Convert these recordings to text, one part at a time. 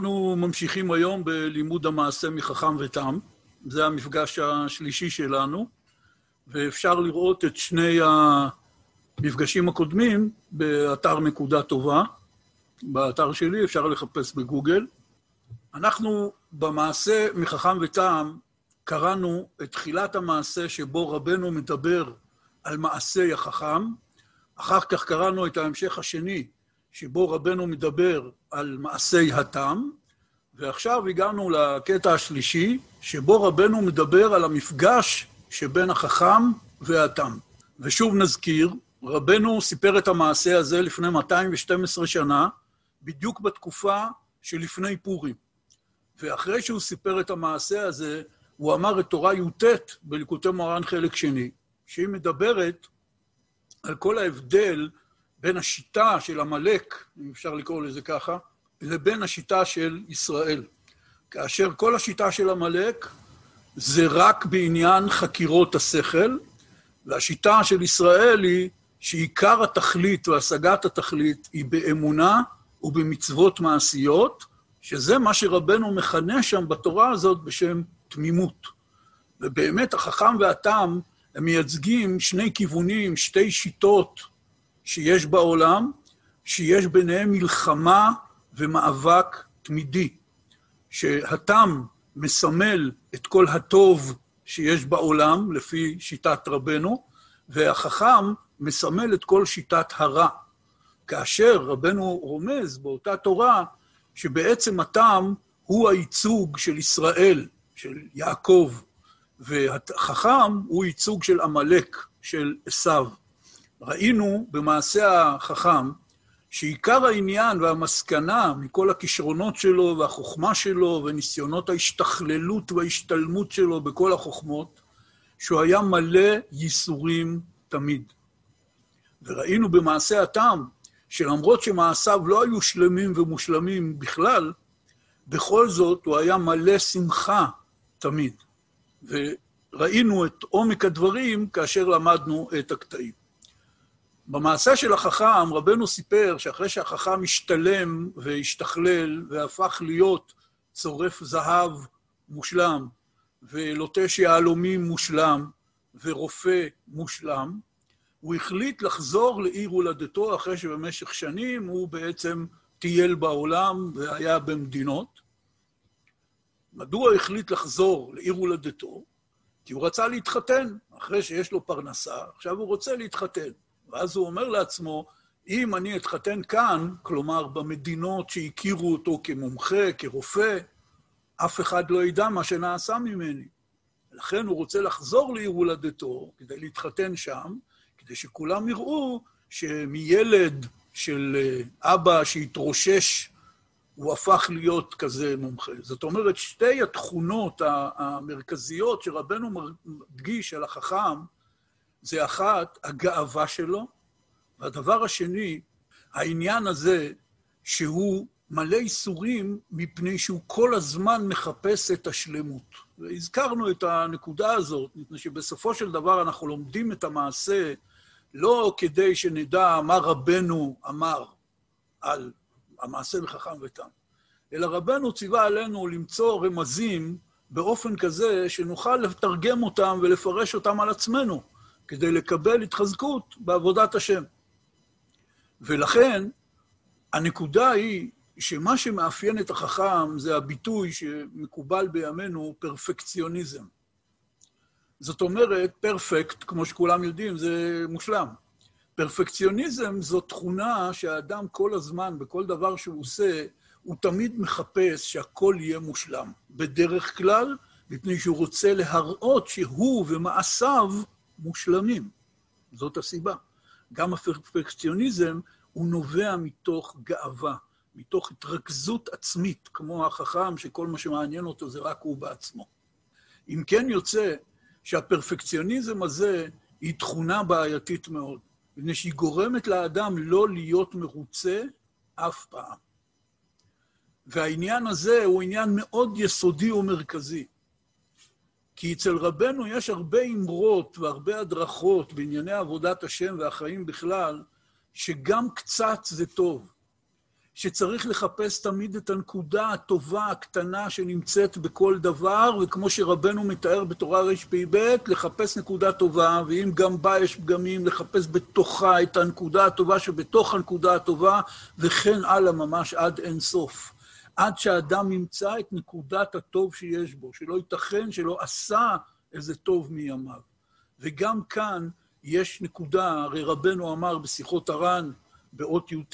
אנחנו ממשיכים היום בלימוד המעשה מחכם ותם. זה המפגש השלישי שלנו, ואפשר לראות את שני המפגשים הקודמים באתר נקודה טובה. באתר שלי אפשר לחפש בגוגל. אנחנו במעשה מחכם ותם קראנו את תחילת המעשה שבו רבנו מדבר על מעשה החכם, אחר כך קראנו את ההמשך השני שבו רבנו מדבר על מעשי התם, ועכשיו הגענו לקטע השלישי שבו רבנו מדבר על המפגש שבין החכם והתם. ושוב נזכיר, רבנו סיפר את המעשה הזה לפני 212 שנה, בדיוק בתקופה שלפני פורים. ואחרי שהוא סיפר את המעשה הזה, הוא אמר את תורה י"ט בליקוטי מוהר"ן חלק שני, שהיא מדברת על כל ההבדל בין השיטה של עמלק, אם אפשר לקרוא לזה ככה, לבין השיטה של ישראל. כאשר כל השיטה של עמלק זה רק בעניין חקירות השכל, והשיטה של ישראל היא שעיקר התכלית והשגת התכלית היא באמונה ובמצוות מעשיות, שזה מה שרבנו מכנה שם בתורה הזאת בשם תמימות. ובאמת החכם והתם הם מייצגים שני כיוונים, שתי שיטות שיש בעולם, שיש ביניהם מלחמה ומאבק תמידי. שהתם מסמל את כל הטוב שיש בעולם, לפי שיטת רבנו, והחכם מסמל את כל שיטת הרע. כאשר רבנו רומז באותה תורה, שבעצם התם הוא הייצוג של ישראל, של יעקב, והחכם הוא ייצוג של עמלק, של עשיו. ראינו במעשה החכם, שעיקר העניין והמסקנה מכל הכישרונות שלו והחוכמה שלו וניסיונות ההשתכללות וההשתלמות שלו בכל החוכמות, שהוא היה מלא ייסורים תמיד. וראינו במעשה התם, שלמרות שמעשיו לא היו שלמים ומושלמים בכלל, בכל זאת הוא היה מלא שמחה תמיד. וראינו את עומק הדברים כאשר למדנו את הקטעים. במעשה של החכם, רבנו סיפר שאחרי שהחכם השתלם והשתכלל והפך להיות צורף זהב מושלם, ולוטש יהלומים מושלם, ורופא מושלם, הוא החליט לחזור לעיר הולדתו אחרי שבמשך שנים הוא בעצם טייל בעולם והיה במדינות. מדוע החליט לחזור לעיר הולדתו? כי הוא רצה להתחתן, אחרי שיש לו פרנסה, עכשיו הוא רוצה להתחתן. ואז הוא אומר לעצמו, אם אני אתחתן כאן, כלומר במדינות שהכירו אותו כמומחה, כרופא, אף אחד לא ידע מה שנעשה ממני. לכן הוא רוצה לחזור לעיר הולדתו כדי להתחתן שם, כדי שכולם יראו שמילד של אבא שהתרושש, הוא הפך להיות כזה מומחה. זאת אומרת, שתי התכונות המרכזיות שרבנו מדגיש על החכם, זה אחת, הגאווה שלו, והדבר השני, העניין הזה שהוא מלא איסורים מפני שהוא כל הזמן מחפש את השלמות. והזכרנו את הנקודה הזאת, מפני שבסופו של דבר אנחנו לומדים את המעשה, לא כדי שנדע מה רבנו אמר על המעשה מחכם ותם, אלא רבנו ציווה עלינו למצוא רמזים באופן כזה שנוכל לתרגם אותם ולפרש אותם על עצמנו, כדי לקבל התחזקות בעבודת השם. ולכן, הנקודה היא שמה שמאפיין את החכם זה הביטוי שמקובל בימינו פרפקציוניזם. זאת אומרת, פרפקט, כמו שכולם יודעים, זה מושלם. פרפקציוניזם זו תכונה שהאדם כל הזמן, בכל דבר שהוא עושה, הוא תמיד מחפש שהכל יהיה מושלם. בדרך כלל, מפני שהוא רוצה להראות שהוא ומעשיו מושלמים. זאת הסיבה. גם הפרפקציוניזם הוא נובע מתוך גאווה, מתוך התרכזות עצמית, כמו החכם שכל מה שמעניין אותו זה רק הוא בעצמו. אם כן יוצא שהפרפקציוניזם הזה היא תכונה בעייתית מאוד, מפני שהיא גורמת לאדם לא להיות מרוצה אף פעם. והעניין הזה הוא עניין מאוד יסודי ומרכזי. כי אצל רבנו יש הרבה אמרות והרבה הדרכות בענייני עבודת השם והחיים בכלל, שגם קצת זה טוב. שצריך לחפש תמיד את הנקודה הטובה, הקטנה שנמצאת בכל דבר, וכמו שרבנו מתאר בתורה רפ"ב, לחפש נקודה טובה, ואם גם בה יש פגמים, לחפש בתוכה את הנקודה הטובה שבתוך הנקודה הטובה, וכן הלאה ממש עד אין סוף. עד שהאדם ימצא את נקודת הטוב שיש בו, שלא ייתכן שלא עשה איזה טוב מימיו. וגם כאן יש נקודה, הרי רבנו אמר בשיחות הר"ן, באות י"ט,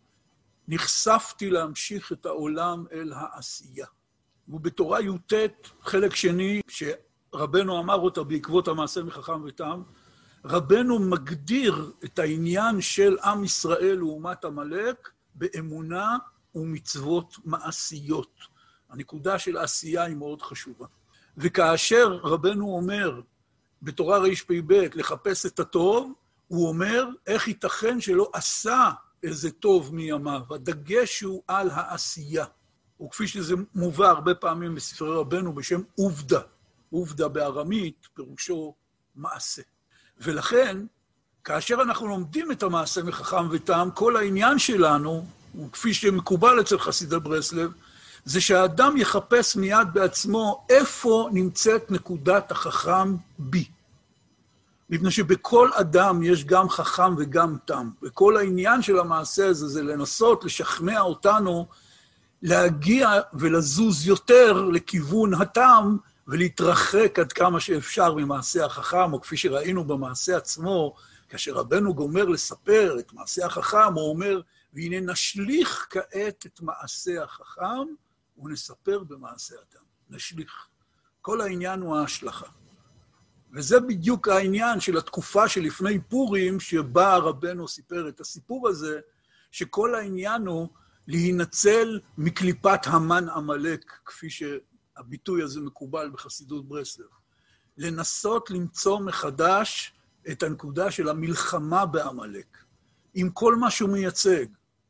נחשפתי להמשיך את העולם אל העשייה. ובתורה י"ט, חלק שני, שרבנו אמר אותה בעקבות המעשה מחכם ותם, רבנו מגדיר את העניין של עם ישראל ואומת עמלק באמונה ומצוות מעשיות. הנקודה של העשייה היא מאוד חשובה. וכאשר רבנו אומר בתורה רפ"ב לחפש את הטוב, הוא אומר איך ייתכן שלא עשה איזה טוב מימיו. הדגש הוא על העשייה. וכפי שזה מובא הרבה פעמים בספרי רבנו בשם עובדה. עובדה בארמית פירושו מעשה. ולכן, כאשר אנחנו לומדים את המעשה מחכם ותם, כל העניין שלנו, וכפי שמקובל אצל חסידי ברסלב, זה שהאדם יחפש מיד בעצמו איפה נמצאת נקודת החכם בי. מפני שבכל אדם יש גם חכם וגם תם. וכל העניין של המעשה הזה זה לנסות לשכנע אותנו להגיע ולזוז יותר לכיוון התם, ולהתרחק עד כמה שאפשר ממעשה החכם, או כפי שראינו במעשה עצמו, כאשר רבנו גומר לספר את מעשה החכם, הוא אומר, והנה נשליך כעת את מעשה החכם, ונספר במעשה התם. נשליך. כל העניין הוא ההשלכה. וזה בדיוק העניין של התקופה שלפני פורים, שבה רבנו סיפר את הסיפור הזה, שכל העניין הוא להינצל מקליפת המן עמלק, כפי שהביטוי הזה מקובל בחסידות ברסלב. לנסות למצוא מחדש את הנקודה של המלחמה בעמלק, עם כל מה שהוא מייצג,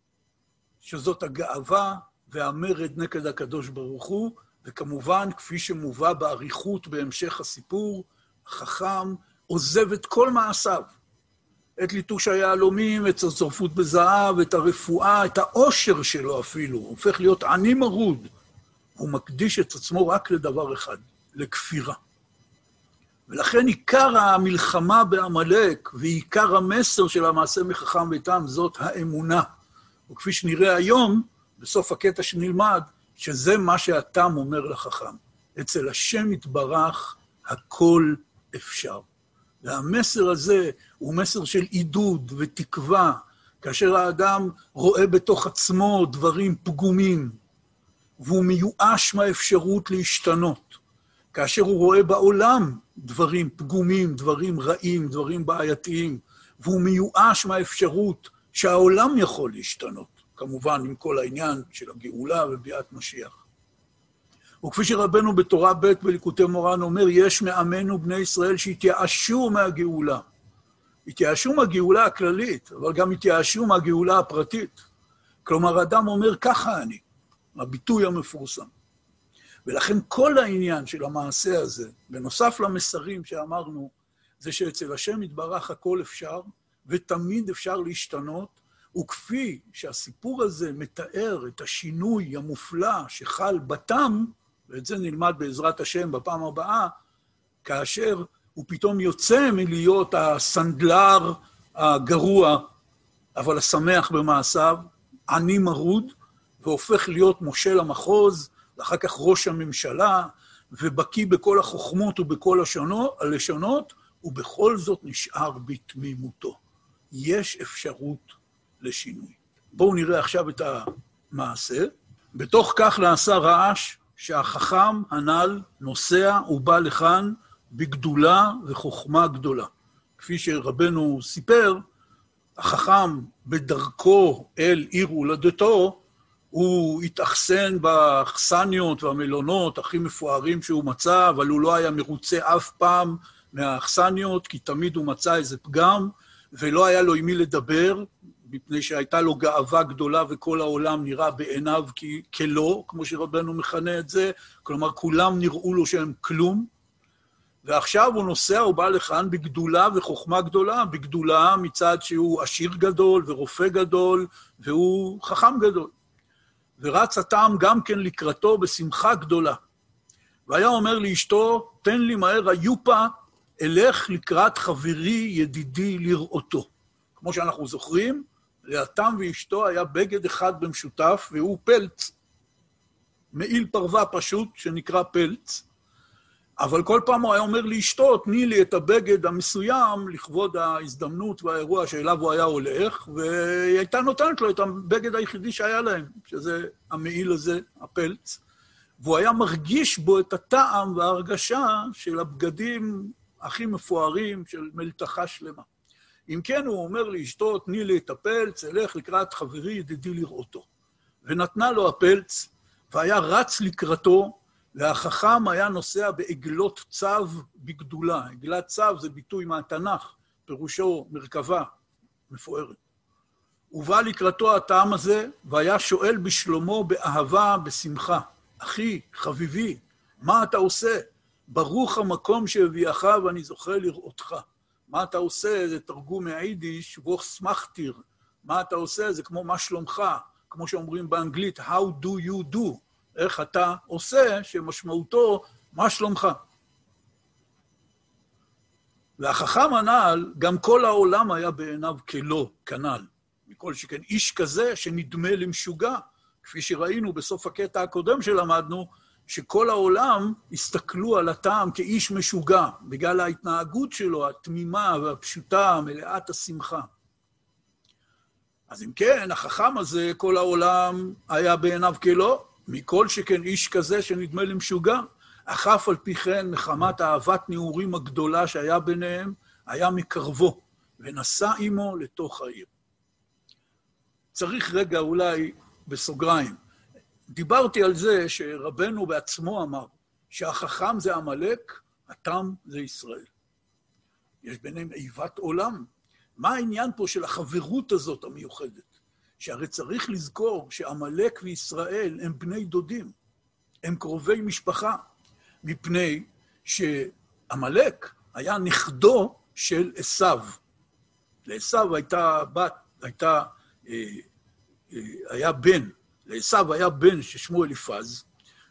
שזאת הגאווה והמרד נגד הקדוש ברוך הוא, וכמובן, כפי שמובא באריכות בהמשך הסיפור, החכם עוזב את כל מעשיו, את ליטוש היהלומים, את הצורפות בזהב, את הרפואה, את העושר שלו אפילו, הוא הופך להיות עני מרוד, הוא מקדיש את עצמו רק לדבר אחד, לכפירה. ולכן עיקר המלחמה בעמלק, ועיקר המסר של המעשה מחכם ותם, זאת האמונה. וכפי שנראה היום, בסוף הקטע שנלמד, שזה מה שהתם אומר לחכם. אצל השם יתברך, הכל אפשר. והמסר הזה הוא מסר של עידוד ותקווה, כאשר האדם רואה בתוך עצמו דברים פגומים, והוא מיואש מהאפשרות להשתנות. כאשר הוא רואה בעולם דברים פגומים, דברים רעים, דברים בעייתיים, והוא מיואש מהאפשרות שהעולם יכול להשתנות, כמובן עם כל העניין של הגאולה וביאת משיח. וכפי שרבנו בתורה ב' בליקוטי מורן אומר, יש מעמנו בני ישראל שהתייאשו מהגאולה. התייאשו מהגאולה הכללית, אבל גם התייאשו מהגאולה הפרטית. כלומר, האדם אומר, ככה אני, הביטוי המפורסם. ולכן כל העניין של המעשה הזה, בנוסף למסרים שאמרנו, זה שאצל השם יתברך הכל אפשר, ותמיד אפשר להשתנות, וכפי שהסיפור הזה מתאר את השינוי המופלא שחל בתם, ואת זה נלמד בעזרת השם בפעם הבאה, כאשר הוא פתאום יוצא מלהיות הסנדלר הגרוע, אבל השמח במעשיו, עני מרוד, והופך להיות מושל המחוז, ואחר כך ראש הממשלה, ובקיא בכל החוכמות ובכל הלשונות, ובכל זאת נשאר בתמימותו. יש אפשרות לשינוי. בואו נראה עכשיו את המעשה. בתוך כך נעשה רעש שהחכם הנ"ל נוסע ובא לכאן בגדולה וחוכמה גדולה. כפי שרבנו סיפר, החכם בדרכו אל עיר הולדתו, הוא התאכסן באכסניות והמלונות הכי מפוארים שהוא מצא, אבל הוא לא היה מרוצה אף פעם מהאכסניות, כי תמיד הוא מצא איזה פגם, ולא היה לו עם מי לדבר, מפני שהייתה לו גאווה גדולה וכל העולם נראה בעיניו כלא, כמו שרבנו מכנה את זה, כלומר כולם נראו לו שהם כלום, ועכשיו הוא נוסע, הוא בא לכאן בגדולה וחוכמה גדולה, בגדולה מצד שהוא עשיר גדול ורופא גדול, והוא חכם גדול. ורץ הטעם גם כן לקראתו בשמחה גדולה. והיה אומר לאשתו, תן לי מהר היופה, אלך לקראת חברי ידידי לראותו. כמו שאנחנו זוכרים, להתם ואשתו היה בגד אחד במשותף, והוא פלץ, מעיל פרווה פשוט, שנקרא פלץ, אבל כל פעם הוא היה אומר לאשתו, תני לי את הבגד המסוים לכבוד ההזדמנות והאירוע שאליו הוא היה הולך, והיא הייתה נותנת לו את הבגד היחידי שהיה להם, שזה המעיל הזה, הפלץ, והוא היה מרגיש בו את הטעם וההרגשה של הבגדים הכי מפוארים של מלתחה שלמה. אם כן, הוא אומר לאשתו, תני לי את הפלץ, אלך לקראת חברי ידידי לראותו. ונתנה לו הפלץ, והיה רץ לקראתו, והחכם היה נוסע בעגלות צב בגדולה. עגלת צב זה ביטוי מהתנ"ך, פירושו מרכבה מפוארת. ובא לקראתו הטעם הזה, והיה שואל בשלומו באהבה, בשמחה. אחי, חביבי, מה אתה עושה? ברוך המקום שהביאך ואני זוכה לראותך. מה אתה עושה? זה תרגום מהיידיש, ווך סמכתיר. מה אתה עושה? זה כמו מה שלומך, כמו שאומרים באנגלית, how do you do? איך אתה עושה, שמשמעותו, מה שלומך? והחכם הנ"ל, גם כל העולם היה בעיניו כלא, כנ"ל. מכל שכן איש כזה שנדמה למשוגע, כפי שראינו בסוף הקטע הקודם שלמדנו, שכל העולם הסתכלו על הטעם כאיש משוגע, בגלל ההתנהגות שלו, התמימה והפשוטה, מלאת השמחה. אז אם כן, החכם הזה, כל העולם היה בעיניו כלא, מכל שכן איש כזה שנדמה למשוגע, אף על פי כן מחמת אהבת נעורים הגדולה שהיה ביניהם, היה מקרבו, ונסע עמו לתוך העיר. צריך רגע אולי בסוגריים. דיברתי על זה שרבנו בעצמו אמר, שהחכם זה עמלק, התם זה ישראל. יש ביניהם איבת עולם. מה העניין פה של החברות הזאת המיוחדת? שהרי צריך לזכור שעמלק וישראל הם בני דודים, הם קרובי משפחה, מפני שעמלק היה נכדו של עשיו. לעשיו היה בן, לעשיו היה בן ששמו אליפז,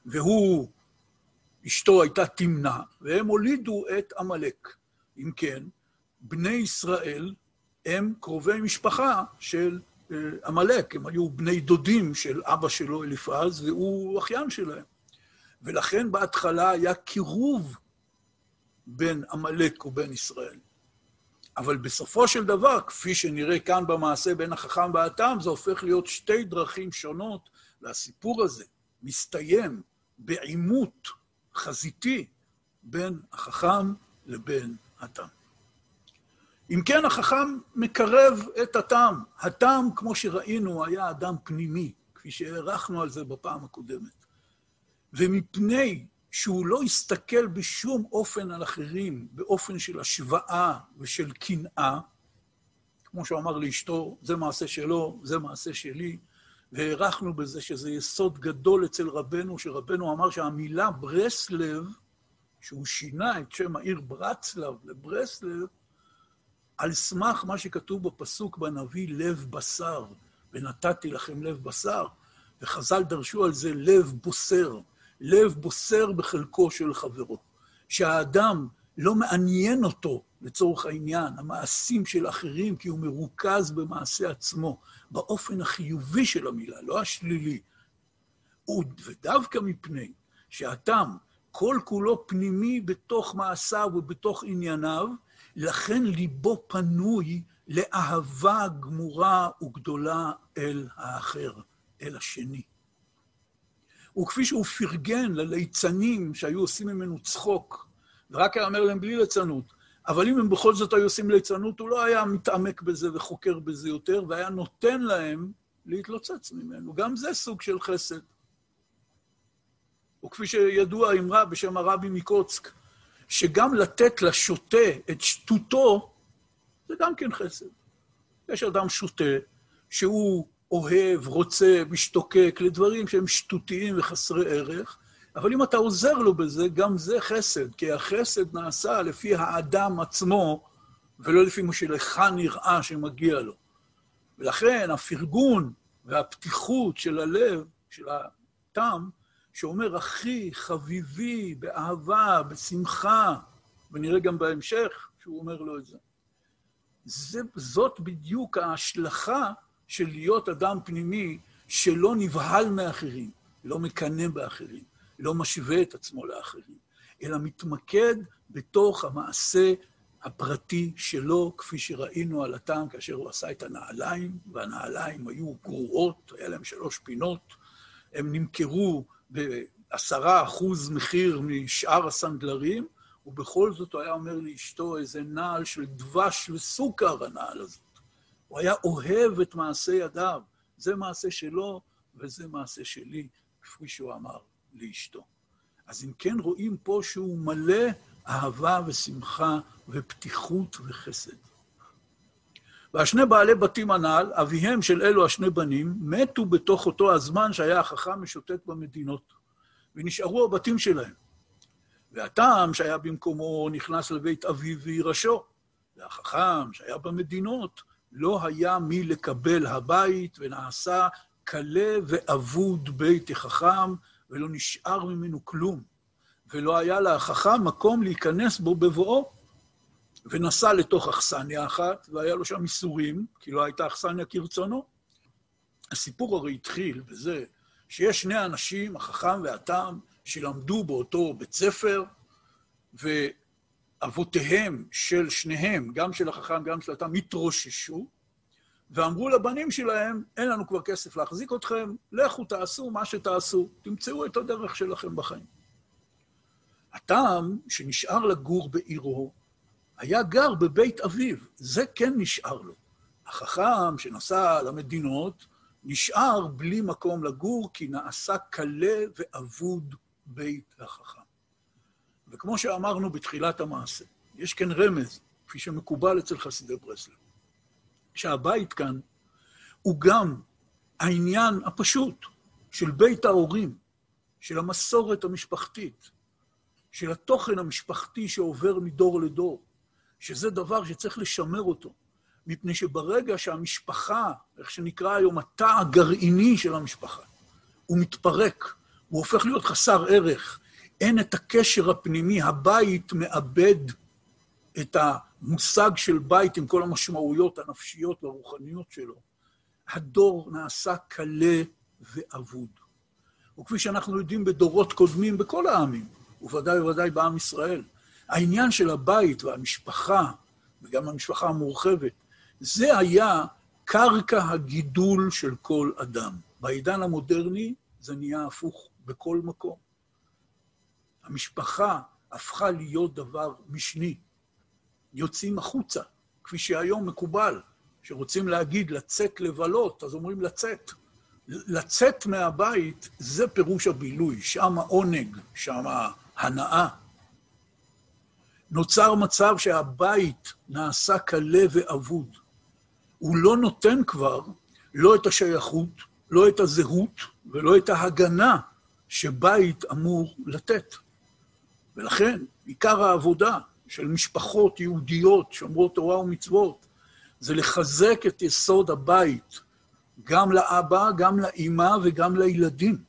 אשתו הייתה תמנה, והם הולידו את עמלק. אם כן, בני ישראל הם קרובי משפחה של עמלק, הם היו בני דודים של אבא שלו אליפז, והוא אחיין שלהם. ולכן בהתחלה היה קירוב בין עמלק ובין ישראל. אבל בסופו של דבר, כפי שנראה כאן במעשה בין החכם והתם, זה הופך להיות שתי דרכים שונות, והסיפור הזה מסתיים בעימות חזיתי בין החכם לבין התם. אם כן, החכם מקרב את התם. התם, כמו שראינו, היה אדם פנימי, כפי שהערכנו על זה בפעם הקודמת. ומפני שהוא לא הסתכל בשום אופן על אחרים, באופן של השוואה ושל קנאה, כמו שהוא אמר לאשתו, זה מעשה שלו, זה מעשה שלי, והערכנו בזה שזה יסוד גדול אצל רבנו, שרבנו אמר שהמילה ברסלב, שהוא שינה את שם העיר ברצלב לברסלב, על סמך מה שכתוב בפסוק בנביא, לב בשר, ונתתי לכם לב בשר, וחז"ל דרשו על זה לב בוסר, לב בוסר בחלקו של חברו, שהאדם לא מעניין אותו לצורך העניין, המעשים של אחרים, כי הוא מרוכז במעשה עצמו, באופן החיובי של המילה, לא השלילי. ודווקא מפני שהאדם כל כולו פנימי בתוך מעשיו ובתוך ענייניו, לכן ליבו פנוי לאהבה גמורה וגדולה אל האחר, אל השני. וכפי שהוא פרגן לליצנים שהיו עושים ממנו צחוק, ורק היה אומר להם בלי ליצנות, אבל אם הם בכל זאת היו עושים ליצנות, הוא לא היה מתעמק בזה וחוקר בזה יותר, והיה נותן להם להתלוצץ ממנו. גם זה סוג של חסד. וכפי שידוע אמרה בשם הרבי מקוצק, שגם לתת לשוטה את שטותו, זה גם כן חסד. יש אדם שוטה שהוא אוהב, רוצה, משתוקק לדברים שהם שטותיים וחסרי ערך, אבל אם אתה עוזר לו בזה, גם זה חסד, כי החסד נעשה לפי האדם עצמו, ולא לפי מה שלך נראה שמגיע לו. ולכן הפרגון והפתיחות של הלב, של הטעם, שאומר, אחי, חביבי, באהבה, בשמחה, ונראה גם בהמשך שהוא אומר לו את זה. זאת בדיוק ההשלכה של להיות אדם פנימי שלא נבהל מאחרים, לא מקנא באחרים, לא משווה את עצמו לאחרים, אלא מתמקד בתוך המעשה הפרטי שלו, כפי שראינו על הטעם כאשר הוא עשה את הנעליים, והנעליים היו גרועות, היה להם 3 פינות, הם נמכרו ב10% מחיר משאר הסנדלרים, ובכל זאת הוא היה אומר לאשתו איזה נעל של דבש וסוכר, הנעל הזאת. הוא היה אוהב את מעשה ידיו, זה מעשה שלו וזה מעשה שלי, כפי שהוא אמר לאשתו. אז אם כן רואים פה שהוא מלא אהבה ושמחה ופתיחות וחסד. והשני בעלי בתים הנ"ל, אביהם של אלו השני בנים, מתו בתוך אותו הזמן שהיה החכם משוטט במדינות, ונשארו הבתים שלהם. והטעם שהיה במקומו נכנס לבית אביו וירשו, והחכם שהיה במדינות לא היה מי לקבל הבית, ונעשה קלה ואבוד בית החכם, ולא נשאר ממנו כלום, ולא היה לחכם מקום להיכנס בו בבואו, ונסע לתוך אכסניה אחת, והיה לו שם איסורים, כי לא הייתה אכסניה כרצונו. הסיפור הרי התחיל בזה שיש 2 אנשים, החכם והטעם, שלמדו באותו בית ספר, ואבותיהם של שניהם, גם של החכם, גם של הטעם, התרוששו, ואמרו לבנים שלהם, אין לנו כבר כסף להחזיק אתכם, לכו תעשו מה שתעשו, תמצאו את הדרך שלכם בחיים. הטעם שנשאר לגור בעירו, היה גר בבית אביו, זה כן נשאר לו. החכם שנסע למדינות, נשאר בלי מקום לגור, כי נעשה קלה ואבוד בית החכם. וכמו שאמרנו בתחילת המעשה, יש כאן רמז, כפי שמקובל אצל חסידי ברסלב, שהבית כאן הוא גם העניין הפשוט של בית ההורים, של המסורת המשפחתית, של התוכן המשפחתי שעובר מדור לדור, שזה דבר שצריך לשמר אותו, מפני שברגע שהמשפחה, איך שנקרא היום, התא הגרעיני של המשפחה, הוא מתפרק, הוא הופך להיות חסר ערך, אין את הקשר הפנימי, הבית מאבד את המושג של בית עם כל המשמעויות הנפשיות והרוחניות שלו. הדור נעשה קלה ואבוד. וכפי שאנחנו יודעים בדורות קודמים בכל העמים, וודאי וודאי בעם ישראל, העניין של הבית והמשפחה, וגם המשפחה המורחבת, זה היה קרקע הגידול של כל אדם. בעידן המודרני זה נהיה הפוך בכל מקום. המשפחה הפכה להיות דבר משני. יוצאים החוצה, כפי שהיום מקובל, שרוצים להגיד לצאת לבלות, אז אומרים לצאת. לצאת מהבית זה פירוש הבילוי, שם העונג, שם ההנאה. נוצר מצב שהבית נעשה קלה ואבוד. הוא לא נותן כבר לא את השייכות, לא את הזהות ולא את ההגנה שבית אמור לתת. ולכן עיקר העבודה של משפחות יהודיות שומרות תורה ומצוות זה לחזק את יסוד הבית, גם לאבא, גם לאמא וגם לילדים.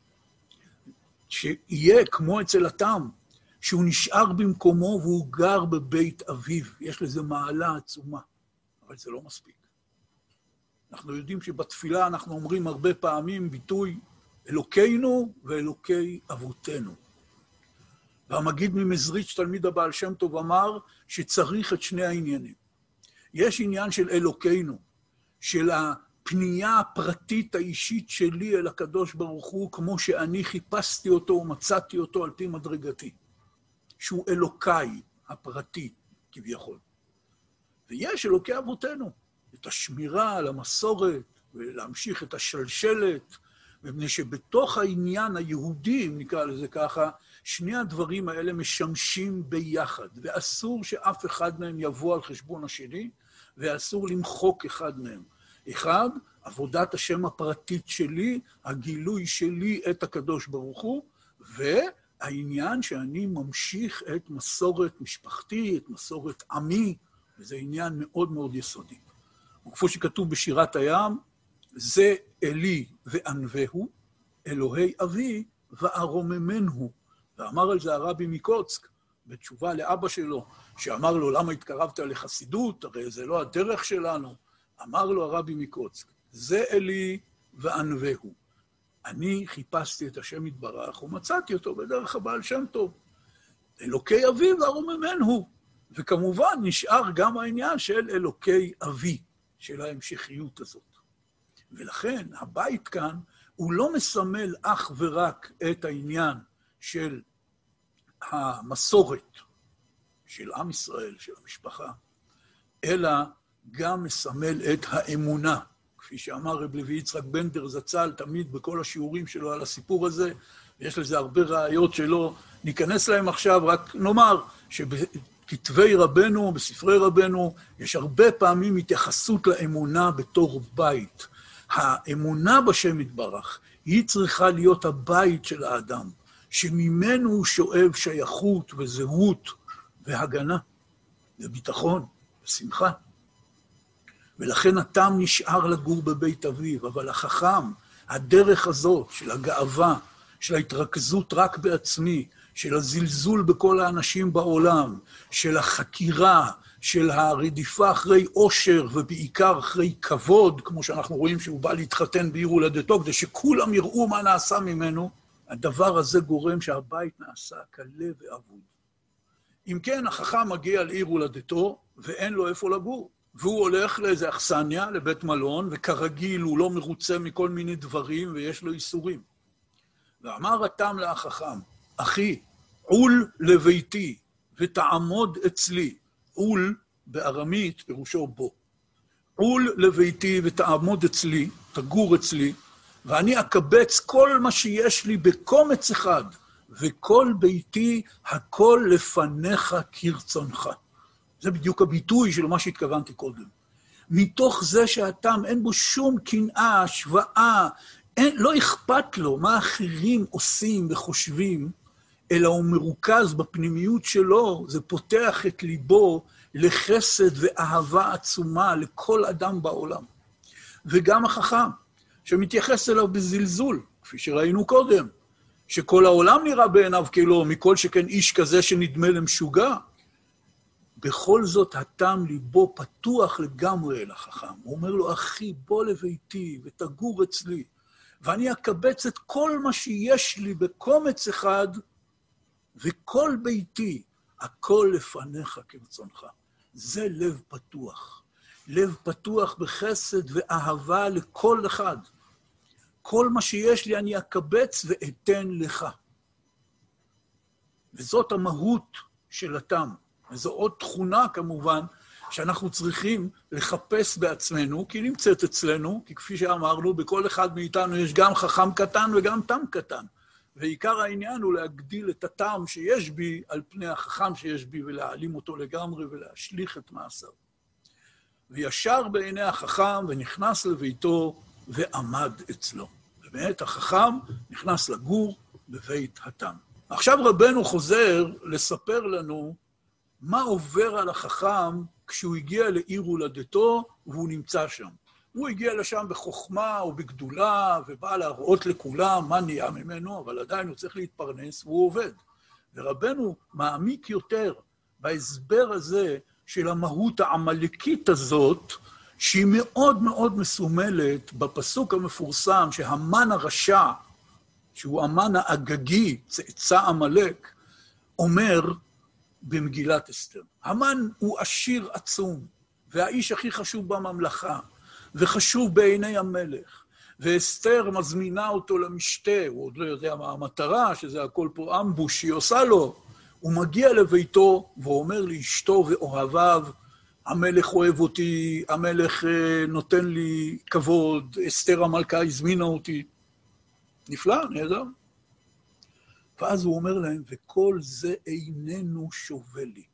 שיהיה כמו אצל הטעם, שהוא נשאר במקומו והוא גר בבית אביו. יש לזה מעלה עצומה, אבל זה לא מספיק. אנחנו יודעים שבתפילה אנחנו אומרים הרבה פעמים ביטוי אלוקינו ואלוקי אבותינו. והמגיד ממזריץ' תלמיד הבעל שם טוב אמר שצריך את שני העניינים. יש עניין של אלוקינו, של הפנייה הפרטית האישית שלי אל הקדוש ברוך הוא, כמו שאני חיפשתי אותו ומצאתי אותו על פי מדרגתי, שהוא אלוקיי הפרטי כביכול. ויש אלוקי אבותינו, את השמירה על המסורת ולהמשיך את השלשלת, מפני שבתוך העניין היהודי, אם נקרא לזה ככה, שני הדברים האלה משמשים ביחד, ואסור שאף אחד מהם יבוא על חשבון השני, ואסור למחוק אחד מהם. אחד, עבודת השם הפרטית שלי, הגילוי שלי את הקדוש ברוך הוא, והעניין שאני ממשיך את מסורת משפחתי, את מסורת עמי, וזה עניין מאוד מאוד יסודי. וכפי שכתוב בשירת הים, זה אלי וענווהו, אלוהי אבי וארוממנו. ואמר על זה הרבי מקוצק, בתשובה לאבא שלו, שאמר לו, למה התקרבת לחסידות? הרי זה לא הדרך שלנו. אמר לו הרבי מקוצק, זה אלי וענווהו. אני חיפשתי את השם יתברך ומצאתי אותו בדרך הבעל שם טוב. אלוקי אבי וארוממנו. וכמובן נשאר גם העניין של אלוקי אבי, של ההמשכיות הזאת. ולכן הבית כאן הוא לא מסמל אך ורק את העניין של המסורת של עם ישראל, של המשפחה, אלא גם מסמל את האמונה. כפי שאמר רב לוי יצחק בנדר זצ"ל תמיד בכל השיעורים שלו על הסיפור הזה, ויש לזה הרבה ראיות שלא ניכנס להם עכשיו, רק נאמר שבכתבי רבנו, בספרי רבנו, יש הרבה פעמים התייחסות לאמונה בתור בית. האמונה בשם יתברך היא צריכה להיות הבית של האדם, שממנו הוא שואב שייכות וזהות והגנה וביטחון ושמחה. ולכן התם נשאר לגור בבית אביו, אבל החכם, הדרך הזאת של הגאווה, של ההתרכזות רק בעצמי, של הזלזול בכל האנשים בעולם, של החקירה, של הרדיפה אחרי עושר ובעיקר אחרי כבוד, כמו שאנחנו רואים שהוא בא להתחתן בעיר הולדתו, כדי שכולם יראו מה נעשה ממנו, הדבר הזה גורם שהבית נעשה קלה ואבוד. אם כן, החכם מגיע לעיר הולדתו ואין לו איפה לגור. והוא הולך לאיזה אכסניה, לבית מלון, וכרגיל הוא לא מרוצה מכל מיני דברים ויש לו איסורים. ואמר התם לחכם, אחי, עול לביתי ותעמוד אצלי. עול בארמית פירושו בו. עול לביתי ותעמוד אצלי, תגור אצלי, ואני אקבץ כל מה שיש לי בקומץ אחד, וכל ביתי הכל לפניך כרצונך. זה בדיוק הביטוי של מה שהתכוונתי קודם. מתוך זה שהתם אין בו שום קנאה, השוואה, לא אכפת לו מה אחרים עושים וחושבים, אלא הוא מרוכז בפנימיות שלו, זה פותח את ליבו לחסד ואהבה עצומה לכל אדם בעולם. וגם החכם, שמתייחס אליו בזלזול, כפי שראינו קודם, שכל העולם נראה בעיניו כאילו, מכל שכן איש כזה שנדמה למשוגע, בכל זאת התם ליבו פתוח לגמרי אל החכם. הוא אומר לו, אחי, בוא לביתי ותגור אצלי, ואני אקבץ את כל מה שיש לי בקומץ אחד, וכל ביתי, הכל לפניך כרצונך. זה לב פתוח. לב פתוח בחסד ואהבה לכל אחד. כל מה שיש לי אני אקבץ ואתן לך. וזאת המהות של התם. וזו עוד תכונה כמובן שאנחנו צריכים לחפש בעצמנו, כי היא נמצאת אצלנו, כי כפי שאמרנו, בכל אחד מאיתנו יש גם חכם קטן וגם תם קטן. ועיקר העניין הוא להגדיל את הטעם שיש בי על פני החכם שיש בי ולהעלים אותו לגמרי ולהשליך את מעשיו. וישר בעיני החכם ונכנס לביתו ועמד אצלו. באמת החכם נכנס לגור בבית התם. עכשיו רבנו חוזר לספר לנו מה עובר על החכם כשהוא הגיע לעיר הולדתו והוא נמצא שם. הוא הגיע לשם בחוכמה או בגדולה, ובא להראות לכולם מה נהיה ממנו, אבל עדיין הוא צריך להתפרנס והוא עובד. ורבנו מעמיק יותר בהסבר הזה של המהות העמלקית הזאת, שהיא מאוד מאוד מסומלת בפסוק המפורסם שהמן הרשע, שהוא המן האגגי, צאצא עמלק, אומר במגילת אסתר. המן הוא עשיר עצום, והאיש הכי חשוב בממלכה, וחשוב בעיני המלך, ואסתר מזמינה אותו למשתה, הוא עוד לא יודע מה המטרה, שזה הכל פה אמבוש שהיא עושה לו, הוא מגיע לביתו ואומר לאשתו ואוהביו, המלך אוהב אותי, המלך נותן לי כבוד, אסתר המלכה הזמינה אותי. נפלא, נהדר. ואז הוא אומר להם, וכל זה איננו שווה לי.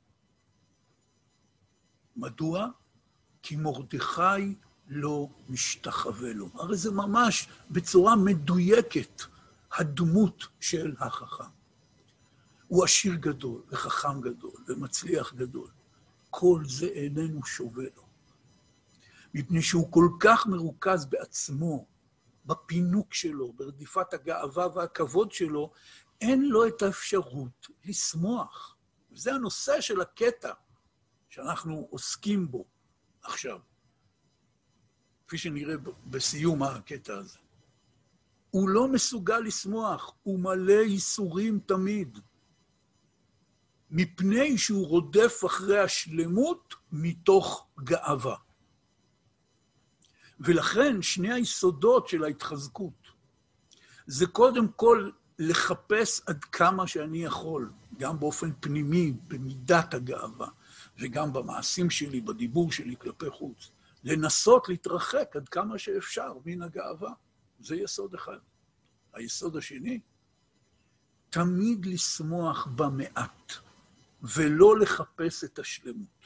מדוע? כי מרדכי לא משתחווה לו. הרי זה ממש בצורה מדויקת הדמות של החכם. הוא עשיר גדול וחכם גדול ומצליח גדול. כל זה איננו שווה לו. מפני שהוא כל כך מרוכז בעצמו, בפינוק שלו, ברדיפת הגאווה והכבוד שלו, אין לו את האפשרות לשמוח. וזה הנושא של הקטע שאנחנו עוסקים בו עכשיו, כפי שנראה בסיום הקטע הזה. הוא לא מסוגל לשמוח, הוא מלא ייסורים תמיד, מפני שהוא רודף אחרי השלמות מתוך גאווה. ולכן שני היסודות של ההתחזקות, זה קודם כל לחפש עד כמה שאני יכול, גם באופן פנימי, במידת הגאווה, וגם במעשים שלי, בדיבור שלי כלפי חוץ, לנסות להתרחק עד כמה שאפשר מן הגאווה. זה יסוד אחד. היסוד השני, תמיד לשמוח במעט, ולא לחפש את השלמות.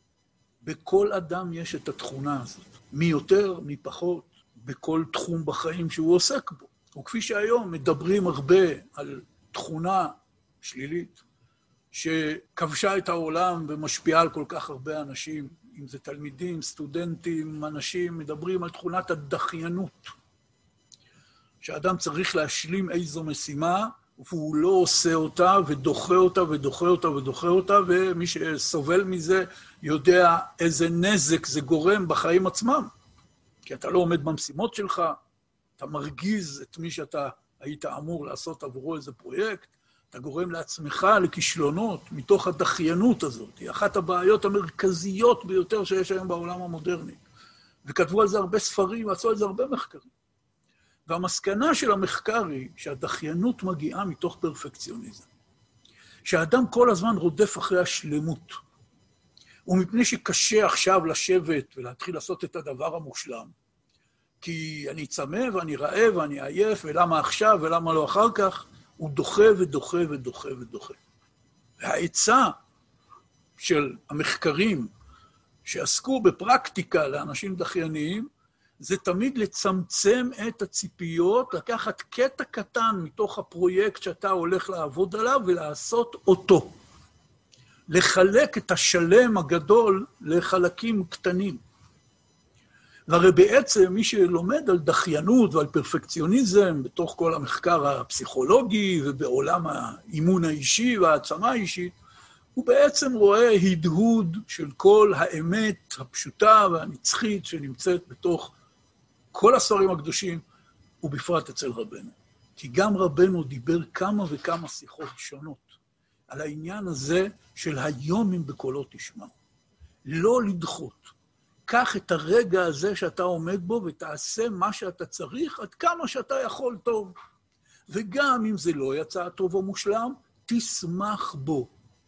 בכל אדם יש את התכונה הזאת, מי יותר, מי פחות, בכל תחום בחיים שהוא עוסק בו. וכפי שהיום מדברים הרבה על תכונה שלילית, שכבשה את העולם ומשפיעה על כל כך הרבה אנשים, אם זה תלמידים, סטודנטים, אנשים, מדברים על תכונת הדחיינות, שהאדם צריך להשלים איזו משימה, והוא לא עושה אותה, ודוחה אותה, ודוחה אותה, ודוחה אותה, ומי שסובל מזה יודע איזה נזק זה גורם בחיים עצמם. כי אתה לא עומד במשימות שלך, אתה מרגיז את מי שאתה היית אמור לעשות עבורו איזה פרויקט, אתה גורם לעצמך לכישלונות מתוך הדחיינות הזאת. היא אחת הבעיות המרכזיות ביותר שיש היום בעולם המודרני. וכתבו על זה הרבה ספרים, ועשו על זה הרבה מחקרים. והמסקנה של המחקר היא שהדחיינות מגיעה מתוך פרפקציוניזם. שהאדם כל הזמן רודף אחרי השלמות. ומפני שקשה עכשיו לשבת ולהתחיל לעשות את הדבר המושלם, כי אני צמא ואני רעב ואני עייף, ולמה עכשיו ולמה לא אחר כך, הוא דוחה ודוחה ודוחה ודוחה. והעצה של המחקרים שעסקו בפרקטיקה לאנשים דחייניים, זה תמיד לצמצם את הציפיות, לקחת קטע קטן מתוך הפרויקט שאתה הולך לעבוד עליו ולעשות אותו. לחלק את השלם הגדול לחלקים קטנים. והרי בעצם מי שלומד על דחיינות ועל פרפקציוניזם בתוך כל המחקר הפסיכולוגי ובעולם האימון האישי והעצמה האישית, הוא בעצם רואה הדהוד של כל האמת הפשוטה והנצחית שנמצאת בתוך כל הספרים הקדושים, ובפרט אצל רבנו. כי גם רבנו דיבר כמה וכמה שיחות שונות על העניין הזה של היום אם בקולו תשמע. לא לדחות. קח את הרגע הזה שאתה עומד בו ותעשה מה שאתה צריך עד כמה שאתה יכול טוב. וגם אם זה לא יצא טוב או מושלם, תשמח בו.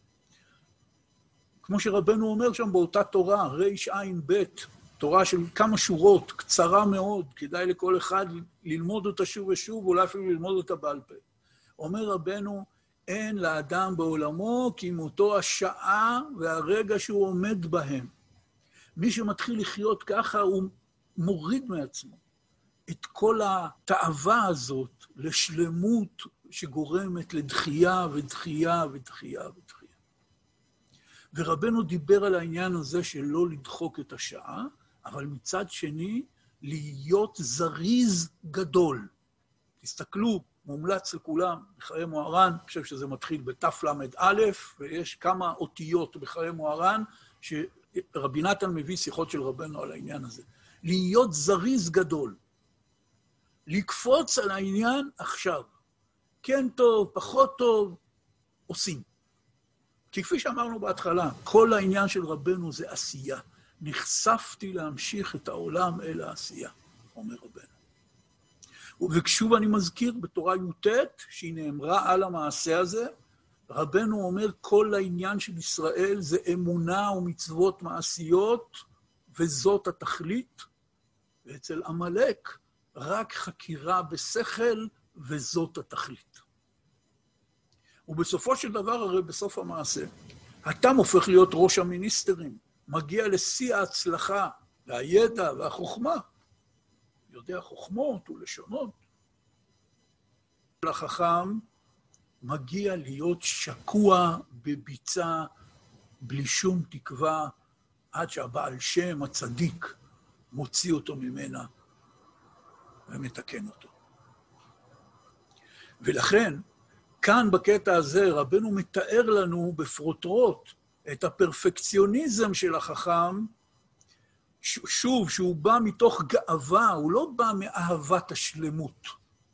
כמו שרבנו אומר שם באותה תורה, רע"ב, תורה של כמה שורות, קצרה מאוד, כדאי לכל אחד ללמוד אותה שוב ושוב, ואולי אפילו ללמוד אותה בעל פה. אומר רבנו, אין לאדם בעולמו כמותו השעה והרגע שהוא עומד בהם. מי שמתחיל לחיות ככה, הוא מוריד מעצמו את כל התאווה הזאת לשלמות שגורמת לדחייה ודחייה ודחייה ודחייה. ורבנו דיבר על העניין הזה של לא לדחוק את השעה, אבל מצד שני, להיות זריז גדול. תסתכלו, מומלץ לכולם, בחיי מוהר"ן, אני חושב שזה מתחיל בתל"א, ויש כמה אותיות בחיי מוהר"ן, שרבי נתן מביא שיחות של רבנו על העניין הזה. להיות זריז גדול. לקפוץ על העניין עכשיו. כן טוב, פחות טוב, עושים. כי כפי שאמרנו בהתחלה, כל העניין של רבנו זה עשייה. נחשפתי להמשיך את העולם אל העשייה, אומר רבנו. וכשוב אני מזכיר בתורה י"ט, שהיא נאמרה על המעשה הזה, רבנו אומר כל העניין של ישראל זה אמונה ומצוות מעשיות, וזאת התכלית, ואצל עמלק רק חקירה בשכל, וזאת התכלית. ובסופו של דבר, הרי בסוף המעשה, התם הופך להיות ראש המיניסטרים, מגיע לשיא ההצלחה, והידע והחוכמה, יודע חוכמות ולשונות. לחכם מגיע להיות שקוע בביצה, בלי שום תקווה, עד שהבעל שם הצדיק מוציא אותו ממנה. ומתקן אותו. ולכן, כאן בקטע הזה רבנו מתאר לנו בפרוטרוט את הפרפקציוניזם של החכם, שוב, שהוא בא מתוך גאווה, הוא לא בא מאהבת השלמות.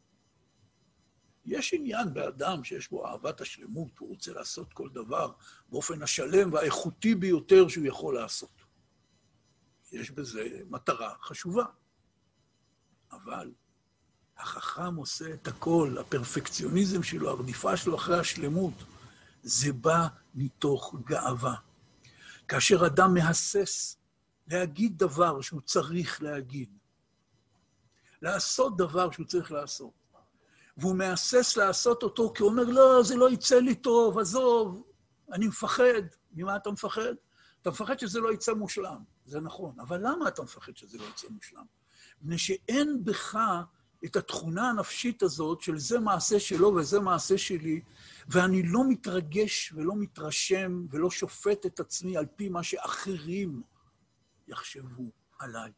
יש עניין באדם שיש בו אהבת השלמות, הוא רוצה לעשות כל דבר באופן השלם והאיכותי ביותר שהוא יכול לעשות. יש בזה מטרה חשובה. אבל החכם עושה את הכל, הפרפקציוניזם שלו, הרדיפה שלו אחרי השלמות, זה בא מתוך גאווה. כאשר אדם מהסס להגיד דבר שהוא צריך להגיד, לעשות דבר שהוא צריך לעשות, והוא מהסס לעשות אותו כי הוא אומר, לא, זה לא יצא לי טוב, עזוב, אני מפחד. ממה אתה מפחד? אתה מפחד שזה לא יצא מושלם, זה נכון. אבל למה אתה מפחד שזה לא יצא מושלם? מפני שאין בך את התכונה הנפשית הזאת של זה מעשה שלו וזה מעשה שלי, ואני לא מתרגש ולא מתרשם ולא שופט את עצמי על פי מה שאחרים יחשבו עליי.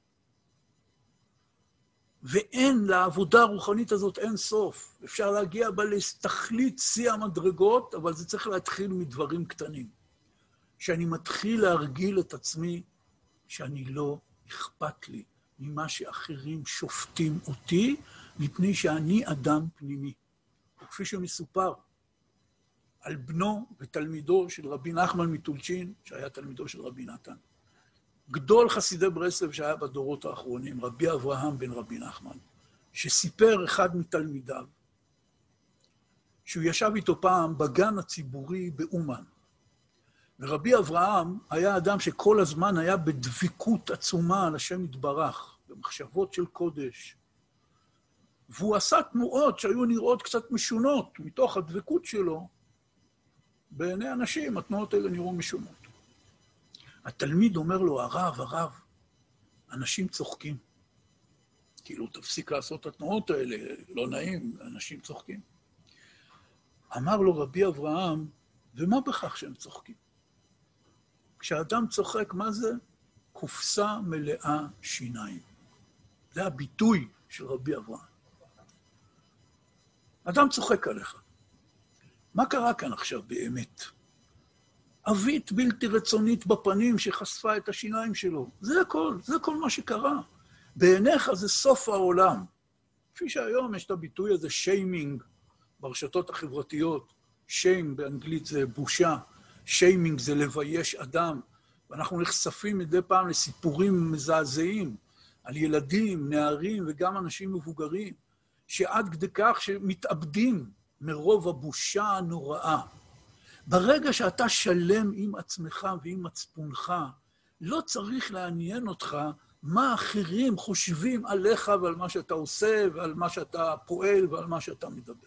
ואין לעבודה הרוחנית הזאת אין סוף. אפשר להגיע בה לתכלית שיא המדרגות, אבל זה צריך להתחיל מדברים קטנים. שאני מתחיל להרגיל את עצמי שאני לא אכפת לי ממה שאחרים שופטים אותי, מפני שאני אדם פנימי. וכפי שמסופר על בנו ותלמידו של רבי נחמן מטולצ'ין, שהיה תלמידו של רבי נתן. גדול חסידי ברסלב שהיה בדורות האחרונים, רבי אברהם בן רבי נחמן, שסיפר אחד מתלמידיו, שהוא ישב איתו פעם בגן הציבורי באומן. ורבי אברהם היה אדם שכל הזמן היה בדביקות עצומה על השם יתברך, במחשבות של קודש. והוא עשה תנועות שהיו נראות קצת משונות מתוך הדבקות שלו. בעיני אנשים התנועות האלה נראו משונות. התלמיד אומר לו, הרב, אנשים צוחקים. כאילו, תפסיק לעשות את התנועות האלה, לא נעים, אנשים צוחקים. אמר לו רבי אברהם, ומה בכך שהם צוחקים? כשאדם צוחק, מה זה? קופסה מלאה שיניים. זה הביטוי של רבי אברהם. אדם צוחק עליך. מה קרה כאן עכשיו באמת? אבית בלתי רצונית בפנים שחשפה את השיניים שלו. זה כל מה שקרה. בעיניך זה סוף העולם. כפי שהיום יש את הביטוי הזה, שיימינג, ברשתות החברתיות. שיים באנגלית זה בושה, שיימינג זה לבייש אדם. ואנחנו נחשפים מדי פעם לסיפורים מזעזעים על ילדים, נערים וגם אנשים מבוגרים, שעד כדי כך שמתאבדים מרוב הבושה הנוראה. ברגע שאתה שלם עם עצמך ועם מצפונך, לא צריך לעניין אותך מה אחרים חושבים עליך ועל מה שאתה עושה ועל מה שאתה פועל ועל מה שאתה מדבר.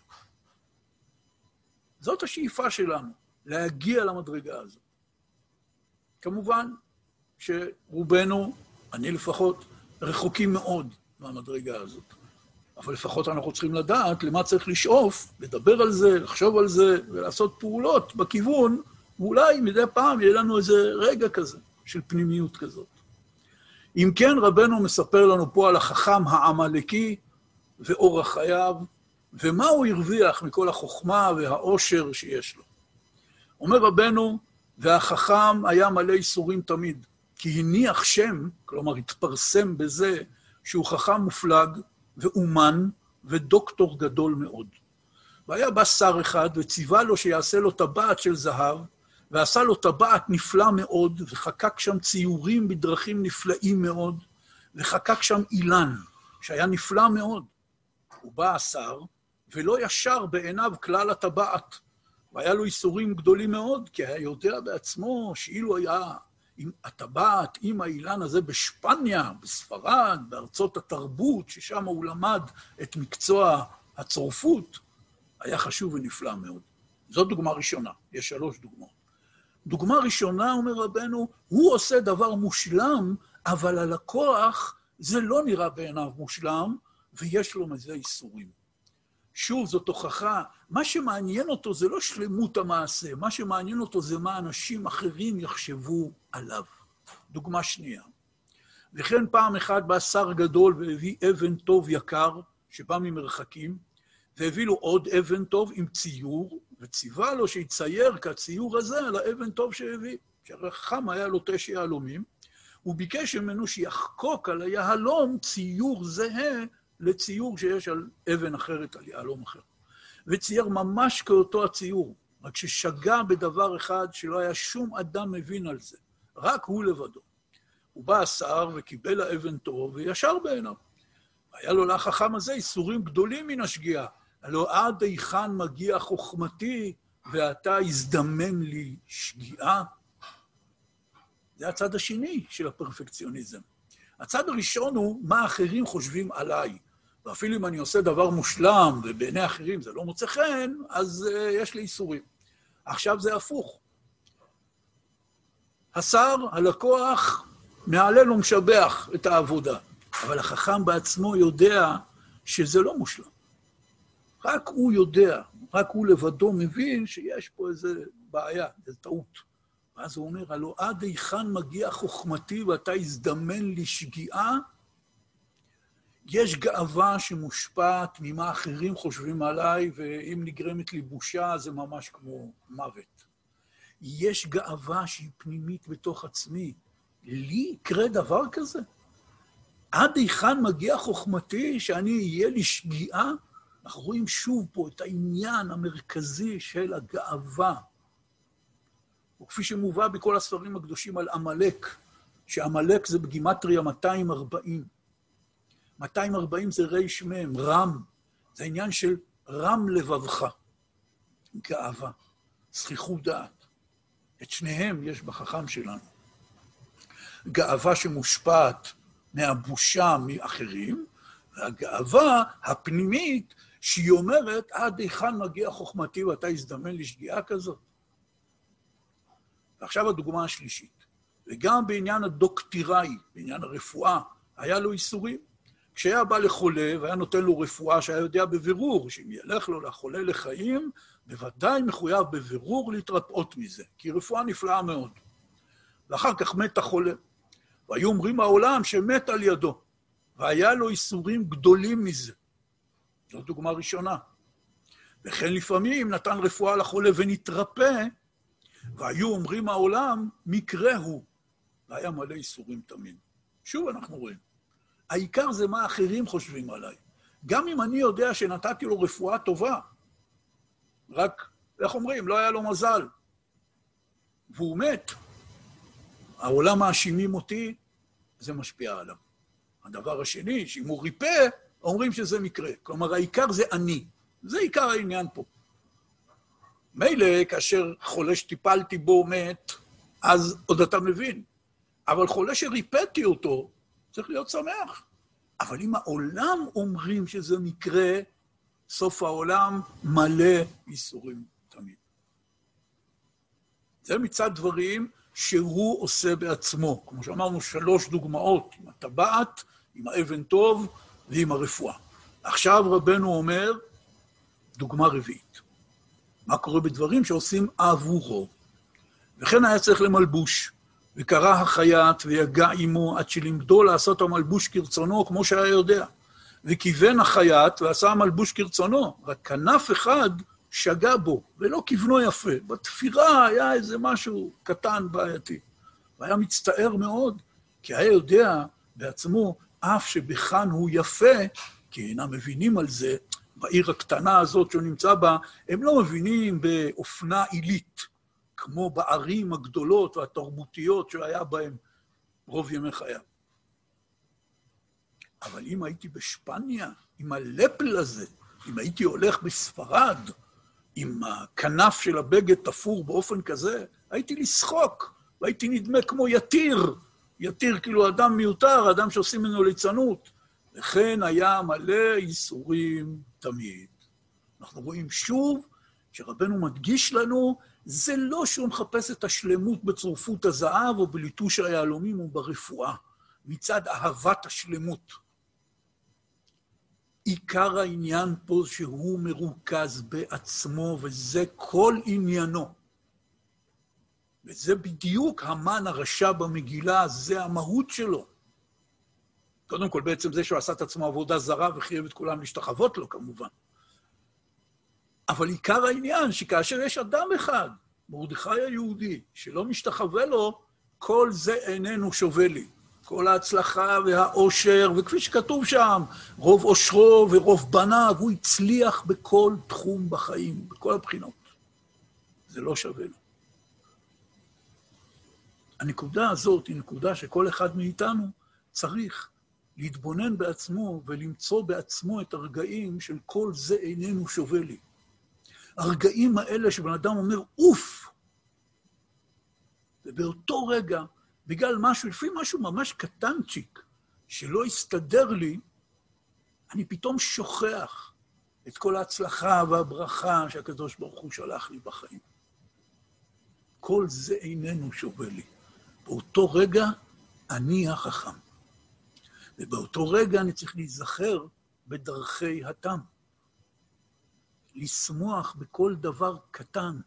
זאת השאיפה שלנו, להגיע למדרגה הזאת. כמובן שרובנו, אני לפחות, רחוקים מאוד מהמדרגה הזאת. אבל לפחות אנחנו צריכים לדעת למה צריך לשאוף, לדבר על זה, לחשוב על זה, ולעשות פעולות בכיוון, ואולי מדי פעם יהיה לנו איזה רגע כזה, של פנימיות כזאת. אם כן, רבנו מספר לנו פה על החכם העמלקי ואורח חייו, ומה הוא הרוויח מכל החוכמה והעושר שיש לו. אומר רבנו, והחכם היה מלא איסורים תמיד, כי הניח שם, כלומר התפרסם בזה, שהוא חכם מופלג, ואומן ודוקטור גדול מאוד. והיה בא שר אחד וציווה לו שיעשה לו טבעת של זהב, ועשה לו טבעת נפלא מאוד, וחקק שם ציורים בדרכים נפלאים מאוד, וחקק שם אילן, שהיה נפלא מאוד. הוא בא השר, ולא ישר בעיניו כלל הטבעת, והיה לו איסורים גדולים מאוד, כי היה יודע בעצמו שאילו היה עם הטבעת, עם האילן הזה בשפניה, בספרד, בארצות התרבות, ששם הוא למד את מקצוע הצורפות, היה חשוב ונפלא מאוד. זו דוגמה ראשונה, יש 3 דוגמאות. דוגמה ראשונה, אומר רבנו, הוא עושה דבר מושלם, אבל הלקוח זה לא נראה בעיניו מושלם, ויש לו מזה איסורים. שוב, זאת הוכחה, מה שמעניין אותו זה לא שלמות המעשה, מה שמעניין אותו זה מה אנשים אחרים יחשבו עליו. דוגמה שנייה. וכן פעם אחת בא שר גדול והביא אבן טוב יקר, שבא ממרחקים, והביא לו עוד אבן טוב עם ציור, וציווה לו שיצייר כציור הזה על האבן טוב שהביא. שהרי חכם היה לו 9 יהלומים, הוא ביקש ממנו שיחקוק על היהלום ציור זהה לציור שיש על אבן אחרת, על יהלום אחר. וצייר ממש כאותו הציור, רק ששגע בדבר אחד שלא היה שום אדם מבין על זה, רק הוא לבדו. הוא בא השר וקיבל האבן טוב וישר בעיניו. היה לו לחכם הזה איסורים גדולים מן השגיאה. הלא עד היכן מגיע חוכמתי ואתה הזדמן לי שגיאה? זה הצד השני של הפרפקציוניזם. הצד הראשון הוא מה אחרים חושבים עליי. ואפילו אם אני עושה דבר מושלם ובעיני אחרים זה לא מוצא חן, אז יש לי איסורים. עכשיו זה הפוך. השר, הלקוח, מעלל ומשבח את העבודה. אבל החכם בעצמו יודע שזה לא מושלם. רק הוא יודע, רק הוא לבדו מבין שיש פה איזו בעיה, איזו טעות. ואז הוא אומר, הלא עד היכן מגיע חוכמתי ואתה הזדמן לי שגיאה, יש גאווה שמושפעת ממה אחרים חושבים עליי, ואם נגרמת לי בושה זה ממש כמו מוות. יש גאווה שהיא פנימית בתוך עצמי. לי יקרה דבר כזה? עד היכן מגיע חוכמתי שאני אהיה לי שגיאה? אנחנו רואים שוב פה את העניין המרכזי של הגאווה. וכפי שמובא בכל הספרים הקדושים על עמלק, שעמלק זה בגימטריה 240. 240 זה ריש מם, רם. זה העניין של רם לבבך. גאווה, זכיחות דעת. את שניהם יש בחכם שלנו. גאווה שמושפעת מהבושה מאחרים, והגאווה הפנימית שהיא אומרת, עד היכן מגיע חוכמתי ואתה הזדמן לשגיאה כזאת. ועכשיו הדוגמה השלישית. וגם בעניין הדוקטיראי, בעניין הרפואה, היה לו איסורים. כשהיה בא לחולה והיה נותן לו רפואה שהיה יודע בבירור, שאם ילך לו לחולה לחיים, בוודאי מחויב בבירור להתרפאות מזה, כי רפואה נפלאה מאוד. ואחר כך מת החולה. והיו אומרים העולם שמת על ידו, והיה לו איסורים גדולים מזה. זו דוגמה ראשונה. וכן לפעמים נתן רפואה לחולה ונתרפא, והיו אומרים העולם, מקרה הוא, והיה מלא איסורים תמיד. שוב אנחנו רואים. העיקר זה מה אחרים חושבים עליי. גם אם אני יודע שנתתי לו רפואה טובה, רק, איך אומרים, לא היה לו מזל. והוא מת. העולם מאשימים אותי, זה משפיע עליו. הדבר השני, שאם הוא ריפא, אומרים שזה מקרה. כלומר, העיקר זה אני. זה עיקר העניין פה. מילא, כאשר חולה שטיפלתי בו מת, אז עוד אתה מבין. אבל חולה שריפאתי אותו, צריך להיות שמח. אבל אם העולם אומרים שזה מקרה, סוף העולם מלא איסורים תמיד. זה מצד דברים שהוא עושה בעצמו. כמו שאמרנו, 3 דוגמאות, עם הטבעת, עם האבן טוב ועם הרפואה. עכשיו רבנו אומר, דוגמה רביעית. מה קורה בדברים שעושים עבורו? וכן היה צריך למלבוש, וקרא החייט ויגע עמו עד שלימדו לעשות המלבוש כרצונו, כמו שהיה יודע. וכיוון החייט ועשה המלבוש כרצונו, רק כנף אחד שגע בו, ולא כיוונו יפה. בתפירה היה איזה משהו קטן בעייתי. והיה מצטער מאוד, כי היה יודע בעצמו, אף שבכאן הוא יפה, כי אינם מבינים על זה, בעיר הקטנה הזאת שהוא נמצא בה, הם לא מבינים באופנה עילית, כמו בערים הגדולות והתרבותיות שהיה בהם רוב ימי חייו. אבל אם הייתי בשפניה, עם הלפל הזה, אם הייתי הולך בספרד, עם הכנף של הבגד תפור באופן כזה, הייתי לשחוק, והייתי נדמה כמו יתיר, יתיר כאילו אדם מיותר, אדם שעושים ממנו ליצנות. לכן היה מלא איסורים תמיד. אנחנו רואים שוב שרבנו מדגיש לנו, זה לא שהוא מחפש את השלמות בצורפות הזהב או בליטוש היהלומים או ברפואה, מצד אהבת השלמות. עיקר העניין פה שהוא מרוכז בעצמו, וזה כל עניינו. וזה בדיוק המן הרשע במגילה, זה המהות שלו. קודם כל, בעצם זה שהוא עשה את עצמו עבודה זרה וחייב את כולם להשתחוות לו, כמובן. אבל עיקר העניין, שכאשר יש אדם אחד, מרדכי היהודי, שלא משתחווה לו, כל זה איננו שווה לי. כל ההצלחה והאושר, וכפי שכתוב שם, רוב אושרו ורוב בניו, הוא הצליח בכל תחום בחיים, בכל הבחינות. זה לא שווה לו. הנקודה הזאת היא נקודה שכל אחד מאיתנו צריך להתבונן בעצמו ולמצוא בעצמו את הרגעים של כל זה איננו שווה לי. הרגעים האלה שבן אדם אומר, אוף! ובאותו רגע, בגלל משהו, לפי משהו ממש קטנצ'יק, שלא הסתדר לי, אני פתאום שוכח את כל ההצלחה והברכה שהקדוש ברוך הוא שלח לי בחיים. כל זה איננו שווה לי. באותו רגע אני החכם. ובאותו רגע אני צריך להיזכר בדרכי התם. לשמוח בכל דבר קטן.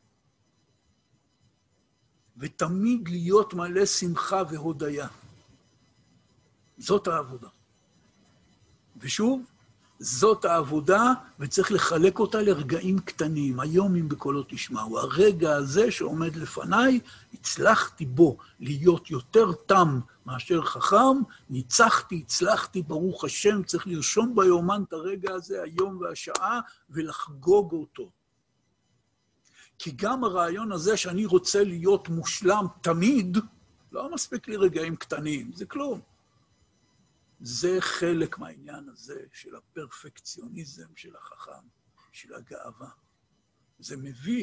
ותמיד להיות מלא שמחה והודיה. זאת העבודה. ושוב, זאת העבודה, וצריך לחלק אותה לרגעים קטנים. היום אם בקולו תשמעו, הרגע הזה שעומד לפניי, הצלחתי בו להיות יותר תם מאשר חכם, ניצחתי, הצלחתי, ברוך השם, צריך לרשום ביומן את הרגע הזה, היום והשעה, ולחגוג אותו. כי גם הרעיון הזה שאני רוצה להיות מושלם תמיד, לא מספיק לי רגעים קטנים, זה כלום. זה חלק מהעניין הזה של הפרפקציוניזם של החכם, של הגאווה. זה מביא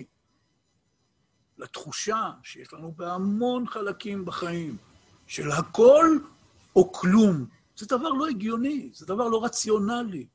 לתחושה שיש לנו בהמון חלקים בחיים, של הכל או כלום. זה דבר לא הגיוני, זה דבר לא רציונלי.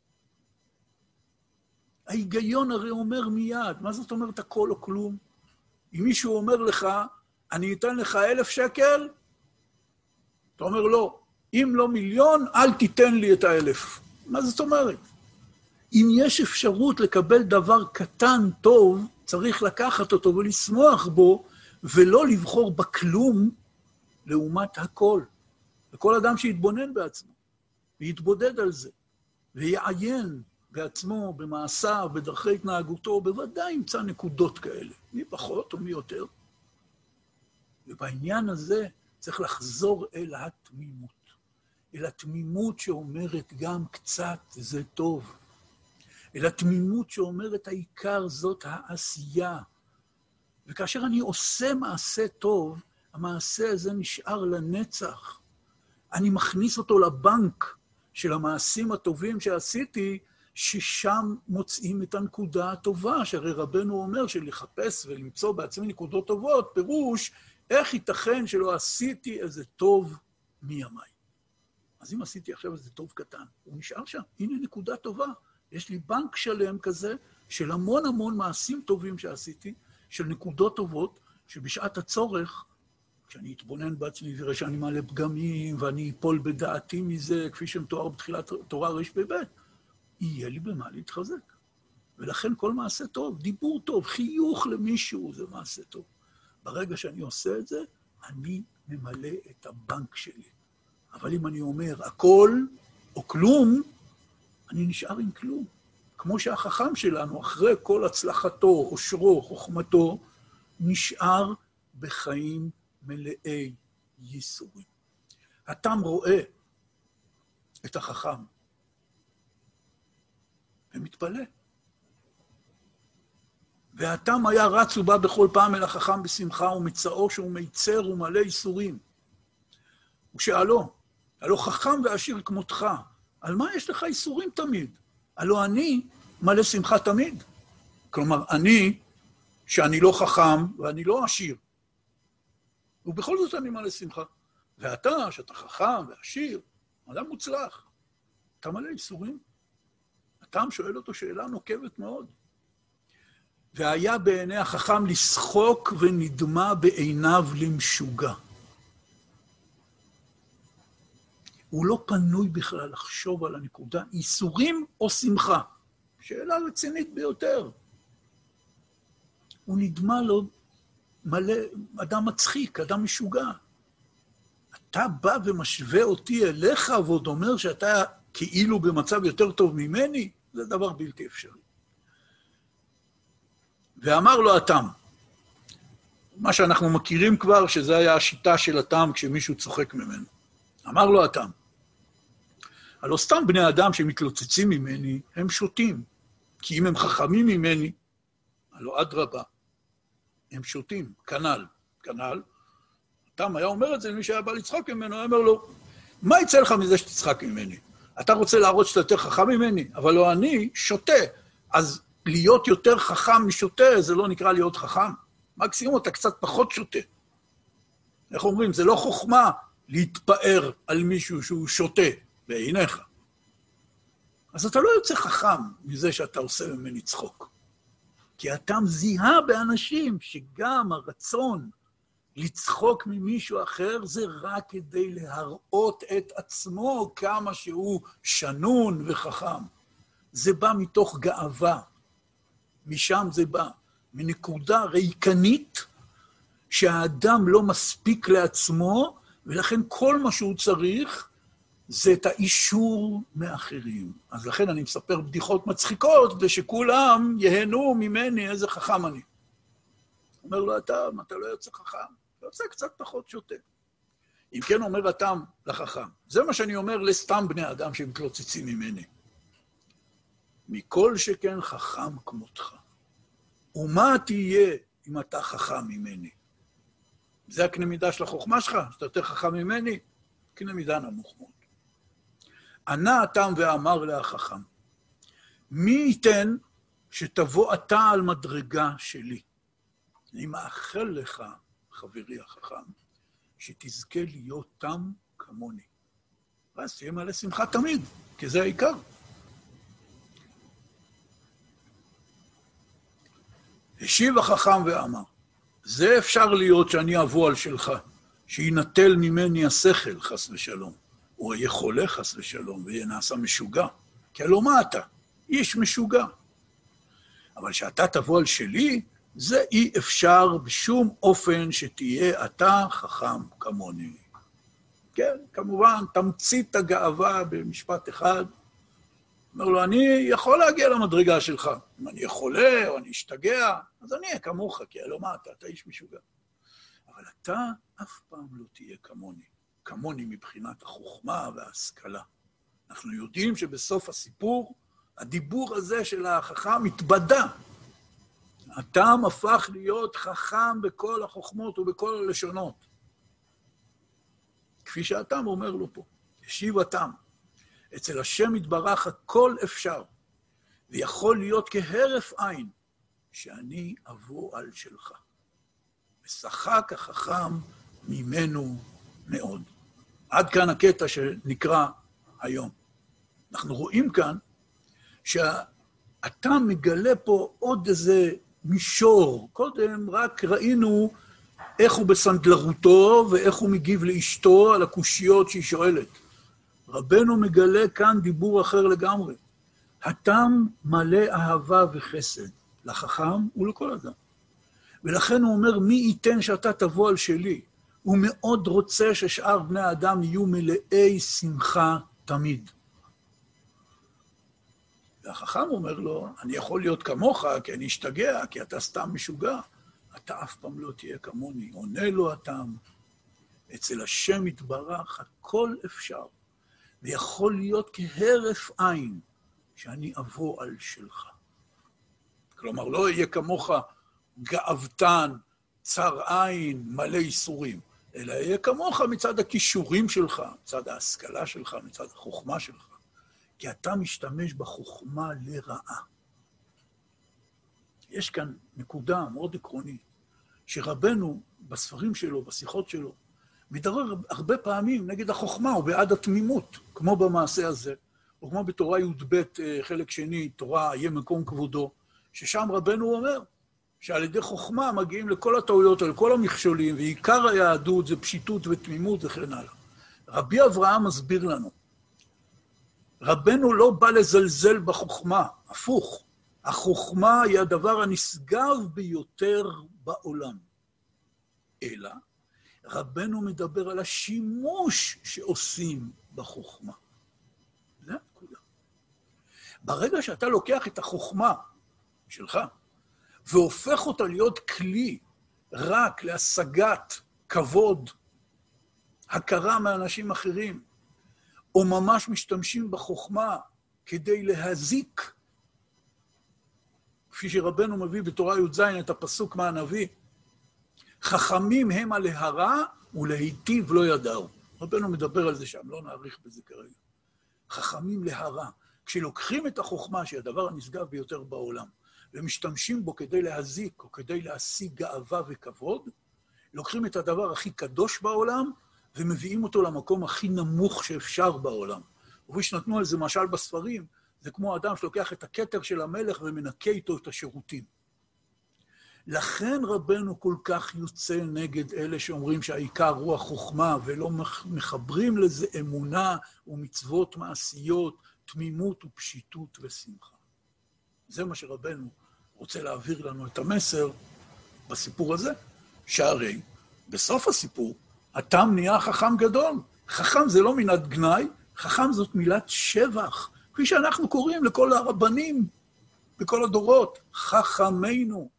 ההיגיון הרי אומר מיד, מה זאת אומרת הכל או כלום? אם מישהו אומר לך, אני אתן לך 1,000 שקל, אתה אומר לא. אם לא 1,000,000, אל תיתן לי את 1,000. מה זאת אומרת? אם יש אפשרות לקבל דבר קטן טוב, צריך לקחת אותו ולשמוח בו, ולא לבחור בכלום לעומת הכל. וכל אדם שיתבונן בעצמו, ויתבודד על זה, ויעיין בעצמו, במעשיו, בדרכי התנהגותו, בוודאי ימצא נקודות כאלה, מי פחות או מי יותר. ובעניין הזה צריך לחזור אל התמימות. אל התמימות שאומרת גם קצת זה טוב. אל התמימות שאומרת העיקר זאת העשייה. וכאשר אני עושה מעשה טוב, המעשה הזה נשאר לנצח. אני מכניס אותו לבנק של המעשים הטובים שעשיתי, ששם מוצאים את הנקודה הטובה, שהרי רבנו אומר שלחפש ולמצוא בעצמי נקודות טובות, פירוש איך ייתכן שלא עשיתי איזה טוב מימיי. אז אם עשיתי עכשיו איזה טוב קטן, הוא נשאר שם. הנה נקודה טובה. יש לי בנק שלם כזה של המון המון מעשים טובים שעשיתי, של נקודות טובות, שבשעת הצורך, כשאני אתבונן בעצמי וראה שאני מעלה פגמים, ואני אפול בדעתי מזה, כפי שמתואר בתחילת תורה רב', יהיה לי במה להתחזק. ולכן כל מעשה טוב, דיבור טוב, חיוך למישהו, זה מעשה טוב. ברגע שאני עושה את זה, אני ממלא את הבנק שלי. אבל אם אני אומר הכל או כלום, אני נשאר עם כלום. כמו שהחכם שלנו, אחרי כל הצלחתו, אושרו, חוכמתו, נשאר בחיים מלאי ייסורים. התם רואה את החכם ומתפלא. והתם היה רץ ובא בכל פעם אל החכם בשמחה ומצאו שהוא מיצר ומלא ייסורים. הוא שאלו, הלא חכם ועשיר כמותך, על מה יש לך ייסורים תמיד? הלא אני מלא שמחה תמיד. כלומר, אני, שאני לא חכם ואני לא עשיר, ובכל זאת אני מלא שמחה. ואתה, שאתה חכם ועשיר, אדם מוצלח, אתה מלא ייסורים. התם שואל אותו שאלה נוקבת מאוד. והיה בעיני החכם לשחוק ונדמה בעיניו למשוגע. הוא לא פנוי בכלל לחשוב על הנקודה, ייסורים או שמחה. שאלה רצינית ביותר. הוא נדמה לו מלא, אדם מצחיק, אדם משוגע. אתה בא ומשווה אותי אליך, ועוד אומר שאתה כאילו במצב יותר טוב ממני, זה דבר בלתי אפשרי. ואמר לו התם, מה שאנחנו מכירים כבר, שזה היה השיטה של התם כשמישהו צוחק ממנו. אמר לו התם, הלא סתם בני אדם שמתלוצצים ממני, הם שותים. כי אם הם חכמים ממני, הלא אדרבה, הם שותים, כנ"ל. התם היה אומר את זה למי שהיה בא לצחוק ממנו, הוא אומר לו, מה יצא לך מזה שתצחק ממני? אתה רוצה להראות שאתה יותר חכם ממני, אבל לא אני שותה. אז להיות יותר חכם משותה, זה לא נקרא להיות חכם. מקסימום אתה קצת פחות שותה. איך אומרים? זה לא חוכמה להתפאר על מישהו שהוא שותה בעיניך. אז אתה לא יוצא חכם מזה שאתה עושה ממני צחוק. כי אתה זיהה באנשים שגם הרצון לצחוק ממישהו אחר זה רק כדי להראות את עצמו כמה שהוא שנון וחכם. זה בא מתוך גאווה. משם זה בא. מנקודה ריקנית שהאדם לא מספיק לעצמו, ולכן כל מה שהוא צריך זה את האישור מאחרים. אז לכן אני מספר בדיחות מצחיקות, כדי שכולם יהנו ממני איזה חכם אני. אומר לו, אתה לא יוצא חכם, אתה יוצא קצת פחות שותה. אם כן אומר התם לחכם, זה מה שאני אומר לסתם בני אדם שמתלוצצים ממני. מכל שכן חכם כמותך. ומה תהיה אם אתה חכם ממני? זה הקנה מידה של החוכמה שלך, שאתה יותר חכם ממני? קנה מידה נמוך מאוד. ענה התם ואמר להחכם, מי ייתן שתבוא אתה על מדרגה שלי? אני מאחל לך, חברי החכם, שתזכה להיות תם כמוני. ואז תהיה מלא שמחה תמיד, כי זה העיקר. השיב החכם ואמר, זה אפשר להיות שאני אבוא על שלך, שינטל ממני השכל חס ושלום, או יהיה חולה חס ושלום, ויהיה נעשה משוגע. כי הלא מה אתה? איש משוגע. אבל שאתה תבוא על שלי, זה אי אפשר בשום אופן שתהיה אתה חכם כמוני. כן, כמובן, תמצית הגאווה במשפט אחד. אומר לו, אני יכול להגיע למדרגה שלך. אם אני אהיה חולה או אני אשתגע, אז אני אהיה כמוך, כי הלא מה אתה איש משוגע. אבל אתה אף פעם לא תהיה כמוני. כמוני מבחינת החוכמה וההשכלה. אנחנו יודעים שבסוף הסיפור, הדיבור הזה של החכם התבדה. התם הפך להיות חכם בכל החוכמות ובכל הלשונות. כפי שהתם אומר לו פה, השיב התם, אצל השם יתברך הכל אפשר, ויכול להיות כהרף עין, שאני אבוא על שלך. ושחק החכם ממנו מאוד. עד כאן הקטע שנקרא היום. אנחנו רואים כאן שאתה מגלה פה עוד איזה מישור. קודם רק ראינו איך הוא בסנדלרותו ואיך הוא מגיב לאשתו על הקושיות שהיא שואלת. רבנו מגלה כאן דיבור אחר לגמרי. התם מלא אהבה וחסד לחכם ולכל אדם. ולכן הוא אומר, מי ייתן שאתה תבוא על שלי? הוא מאוד רוצה ששאר בני האדם יהיו מלאי שמחה תמיד. והחכם אומר לו, אני יכול להיות כמוך, כי אני אשתגע, כי אתה סתם משוגע. אתה אף פעם לא תהיה כמוני. עונה לו התם, אצל השם יתברך הכל אפשר, ויכול להיות כהרף עין, שאני אבוא על שלך. כלומר, לא יהיה כמוך גאוותן, צר עין, מלא איסורים, אלא יהיה כמוך מצד הכישורים שלך, מצד ההשכלה שלך, מצד החוכמה שלך. כי אתה משתמש בחוכמה לרעה. יש כאן נקודה מאוד עקרונית, שרבנו בספרים שלו, בשיחות שלו, מדבר הרבה פעמים נגד החוכמה או בעד התמימות, כמו במעשה הזה, או כמו בתורה י"ב, חלק שני, תורה יהיה מקום כבודו, ששם רבנו אומר שעל ידי חוכמה מגיעים לכל הטעויות, לכל המכשולים, ועיקר היהדות זה פשיטות ותמימות וכן הלאה. רבי אברהם מסביר לנו, רבנו לא בא לזלזל בחוכמה, הפוך. החוכמה היא הדבר הנשגב ביותר בעולם. אלא, רבנו מדבר על השימוש שעושים בחוכמה. זה הנקודה. ברגע שאתה לוקח את החוכמה שלך, והופך אותה להיות כלי רק להשגת כבוד, הכרה מאנשים אחרים, או ממש משתמשים בחוכמה כדי להזיק, כפי שרבנו מביא בתורה י"ז את הפסוק מהנביא, חכמים הם הלהרע ולהיטיב לא ידעו. רבנו מדבר על זה שם, לא נאריך בזה כרגע. חכמים להרע. כשלוקחים את החוכמה, שהיא הדבר הנשגב ביותר בעולם, ומשתמשים בו כדי להזיק או כדי להשיג גאווה וכבוד, לוקחים את הדבר הכי קדוש בעולם, ומביאים אותו למקום הכי נמוך שאפשר בעולם. וכפי שנתנו על זה משל בספרים, זה כמו אדם שלוקח את הכתר של המלך ומנקה איתו את השירותים. לכן רבנו כל כך יוצא נגד אלה שאומרים שהעיקר רוח חוכמה, ולא מחברים לזה אמונה ומצוות מעשיות, תמימות ופשיטות ושמחה. זה מה שרבנו רוצה להעביר לנו את המסר בסיפור הזה, שהרי בסוף הסיפור, התם נהיה חכם גדול. חכם זה לא מילת גנאי, חכם זאת מילת שבח, כפי שאנחנו קוראים לכל הרבנים בכל הדורות, חכמינו.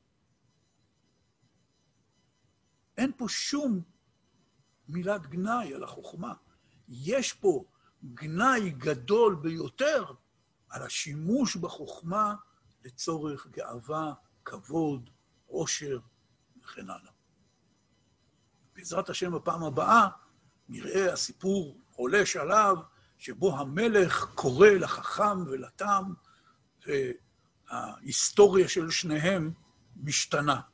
אין פה שום מילת גנאי על החוכמה. יש פה גנאי גדול ביותר על השימוש בחוכמה לצורך גאווה, כבוד, עושר וכן הלאה. בעזרת השם בפעם הבאה נראה הסיפור עולה שלב שבו המלך קורא לחכם ולתם וההיסטוריה של שניהם משתנה.